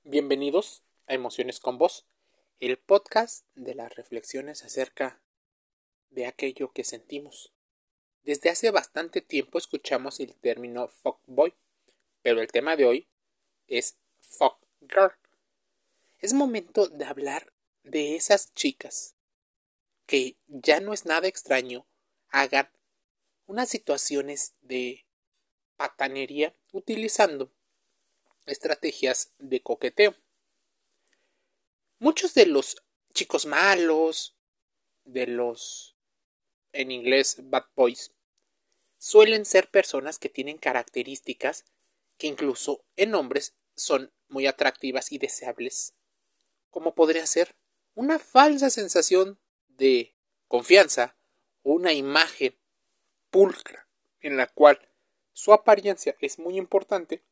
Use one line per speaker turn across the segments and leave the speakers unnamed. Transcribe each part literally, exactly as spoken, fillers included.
Bienvenidos a Emociones con Vos, el podcast de las reflexiones acerca de aquello que sentimos. Desde hace bastante tiempo escuchamos el término fuckboy, pero el tema de hoy es fuckgirl. Es momento de hablar de esas chicas que ya no es nada extraño hagan unas situaciones de patanería utilizando estrategias de coqueteo. Muchos de los chicos malos, de los, en inglés, bad boys, suelen ser personas que tienen características que incluso en hombres son muy atractivas y deseables, como podría ser una falsa sensación de confianza o una imagen pulcra en la cual su apariencia es muy importante.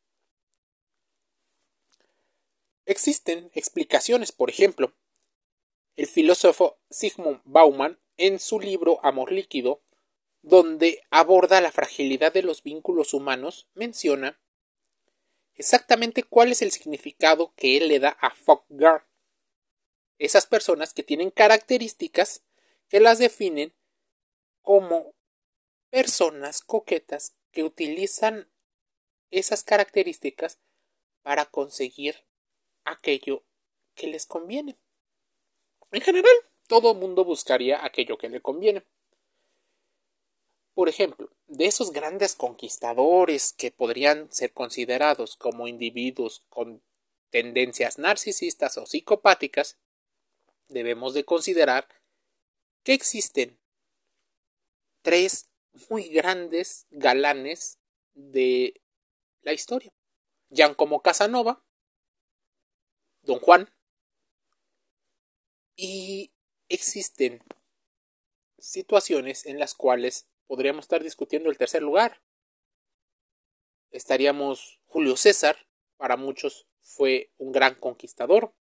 Existen explicaciones, por ejemplo, el filósofo Zygmunt Bauman, en su libro Amor líquido, donde aborda la fragilidad de los vínculos humanos, menciona exactamente cuál es el significado que él le da a fuck girl. Esas personas que tienen características que las definen como personas coquetas que utilizan esas características para conseguir aquello que les conviene. En general, todo mundo buscaría aquello que le conviene. Por ejemplo, de esos grandes conquistadores que podrían ser considerados como individuos con tendencias narcisistas o psicopáticas, debemos de considerar que existen tres muy grandes galanes de la historia. Giacomo Casanova, Don Juan, y existen situaciones en las cuales podríamos estar discutiendo el tercer lugar. Estaríamos Julio César, para muchos fue un gran conquistador.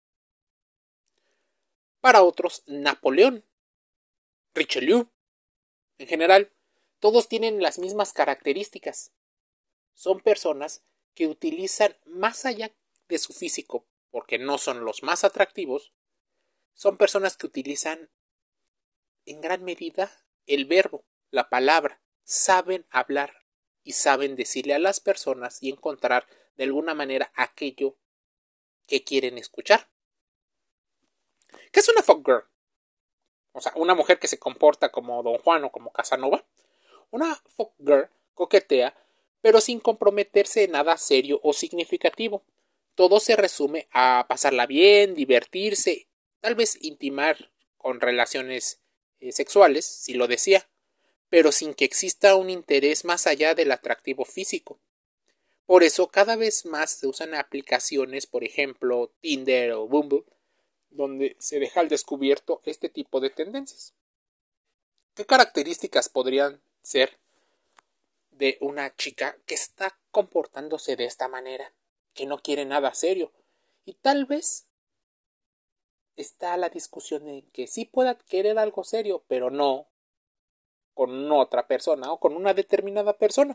Para otros, Napoleón, Richelieu. En general, todos tienen las mismas características. Son personas que utilizan más allá de su físico, porque no son los más atractivos, son personas que utilizan en gran medida el verbo, la palabra, saben hablar y saben decirle a las personas y encontrar de alguna manera aquello que quieren escuchar. ¿Qué es una fuck girl? O sea, una mujer que se comporta como Don Juan o como Casanova. Una fuck girl coquetea, pero sin comprometerse en nada serio o significativo. Todo se resume a pasarla bien, divertirse, tal vez intimar con relaciones eh, sexuales, si lo desea, pero sin que exista un interés más allá del atractivo físico. Por eso cada vez más se usan aplicaciones, por ejemplo, Tinder o Bumble, donde se deja al descubierto este tipo de tendencias. ¿Qué características podrían ser de una chica que está comportándose de esta manera, que no quiere nada serio? Y tal vez está la discusión en que sí pueda querer algo serio, pero no con otra persona o con una determinada persona.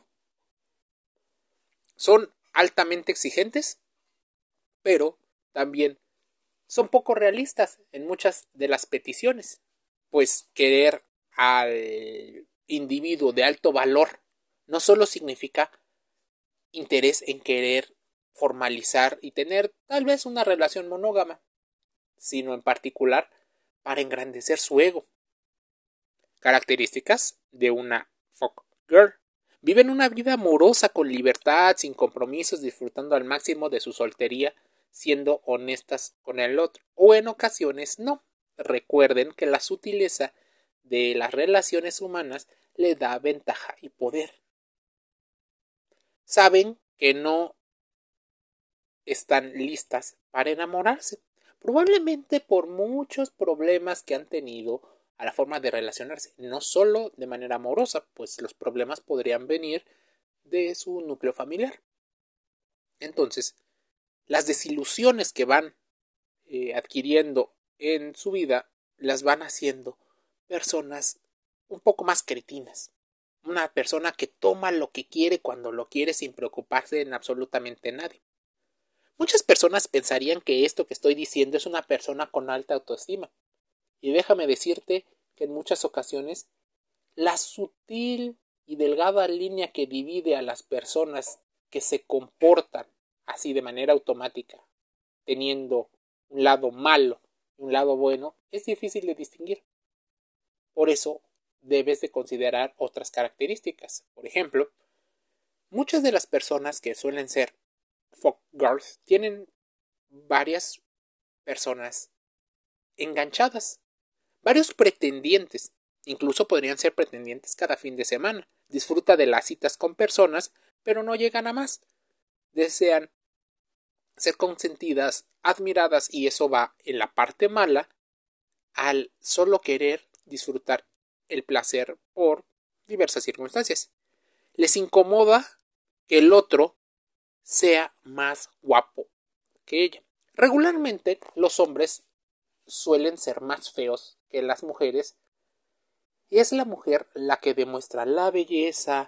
Son altamente exigentes, pero también son poco realistas en muchas de las peticiones, pues querer al individuo de alto valor no solo significa interés en querer formalizar y tener tal vez una relación monógama, sino en particular para engrandecer su ego. Características de una fuck girl. Viven una vida amorosa con libertad, sin compromisos, disfrutando al máximo de su soltería, siendo honestas con el otro, o en ocasiones no. Recuerden que la sutileza de las relaciones humanas le da ventaja y poder. Saben que no están listas para enamorarse, probablemente por muchos problemas que han tenido a la forma de relacionarse, no solo de manera amorosa, pues los problemas podrían venir de su núcleo familiar. Entonces, las desilusiones que van eh, adquiriendo en su vida las van haciendo personas un poco más cretinas. Una persona que toma lo que quiere cuando lo quiere sin preocuparse en absolutamente nadie. Muchas personas pensarían que esto que estoy diciendo es una persona con alta autoestima. Y déjame decirte que en muchas ocasiones la sutil y delgada línea que divide a las personas que se comportan así de manera automática, teniendo un lado malo y un lado bueno, es difícil de distinguir. Por eso debes de considerar otras características. Por ejemplo, muchas de las personas que suelen ser fuck girls tienen varias personas enganchadas, varios pretendientes, incluso podrían ser pretendientes cada fin de semana. Disfruta de las citas con personas, pero no llegan a más. Desean ser consentidas, admiradas, y eso va en la parte mala al solo querer disfrutar el placer por diversas circunstancias. Les incomoda que el otro sea más guapo que ella. Regularmente los hombres suelen ser más feos que las mujeres, y es la mujer la que demuestra la belleza,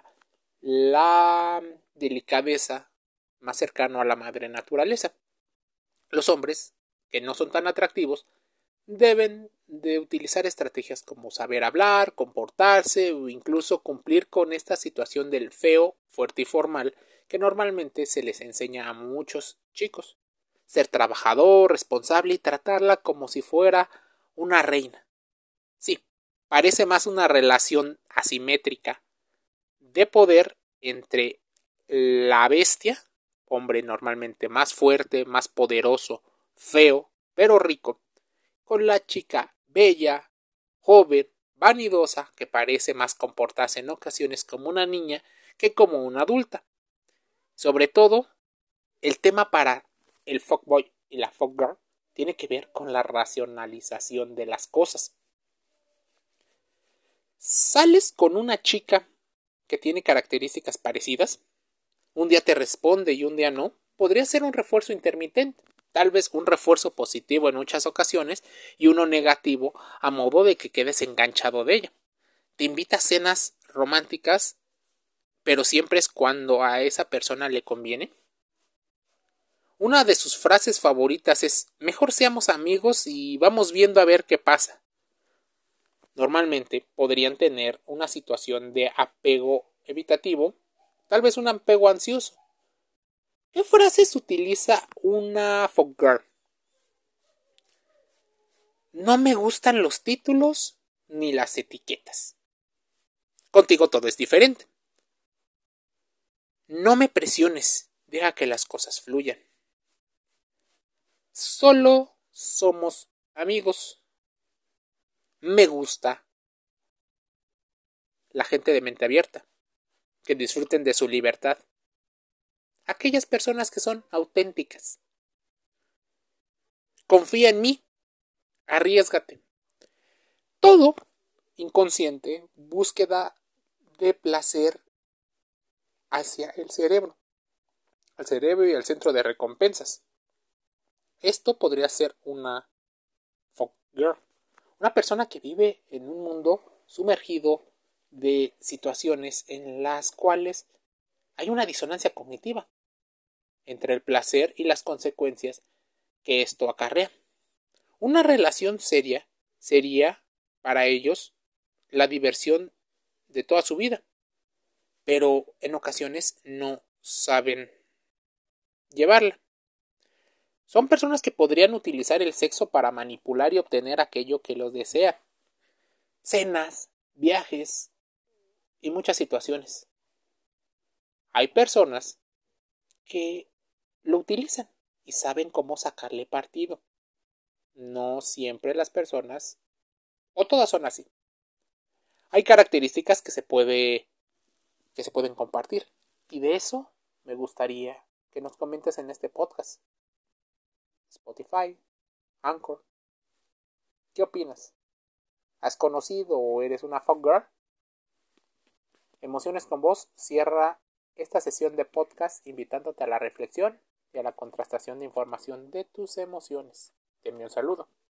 la delicadeza, más cercano a la madre naturaleza. Los hombres, que no son tan atractivos, deben de utilizar estrategias como saber hablar, comportarse o incluso cumplir con esta situación del feo, fuerte y formal que normalmente se les enseña a muchos chicos. Ser trabajador, responsable y tratarla como si fuera una reina. Sí, parece más una relación asimétrica de poder entre la bestia, hombre normalmente más fuerte, más poderoso, feo, pero rico, con la chica bella, joven, vanidosa, que parece más comportarse en ocasiones como una niña que como una adulta. Sobre todo, el tema para el fuckboy y la fuckgirl tiene que ver con la racionalización de las cosas. Sales con una chica que tiene características parecidas, un día te responde y un día no, podría ser un refuerzo intermitente, tal vez un refuerzo positivo en muchas ocasiones y uno negativo a modo de que quedes enganchado de ella. Te invita a cenas románticas, pero siempre es cuando a esa persona le conviene. Una de sus frases favoritas es: mejor seamos amigos y vamos viendo a ver qué pasa. Normalmente podrían tener una situación de apego evitativo, tal vez un apego ansioso. ¿Qué frases utiliza una fuckgirl? No me gustan los títulos ni las etiquetas. Contigo todo es diferente. No me presiones, deja que las cosas fluyan. Solo somos amigos. Me gusta la gente de mente abierta, que disfruten de su libertad. Aquellas personas que son auténticas. Confía en mí, arriésgate. Todo inconsciente, búsqueda de placer hacia el cerebro, al cerebro y al centro de recompensas. Esto podría ser una fuck girl, una persona que vive en un mundo sumergido de situaciones en las cuales hay una disonancia cognitiva entre el placer y las consecuencias que esto acarrea. Una relación seria sería para ellos la diversión de toda su vida, pero en ocasiones no saben llevarla. Son personas que podrían utilizar el sexo para manipular y obtener aquello que los desea. Cenas, viajes y muchas situaciones. Hay personas que lo utilizan y saben cómo sacarle partido. No siempre las personas, o todas son así. Hay características que se puede, que se pueden compartir, y de eso me gustaría que nos comentes en este podcast. Spotify, Anchor. ¿Qué opinas? ¿Has conocido o eres una fuck girl? Emociones con Voz cierra esta sesión de podcast invitándote a la reflexión y a la contrastación de información de tus emociones. Te envío un saludo.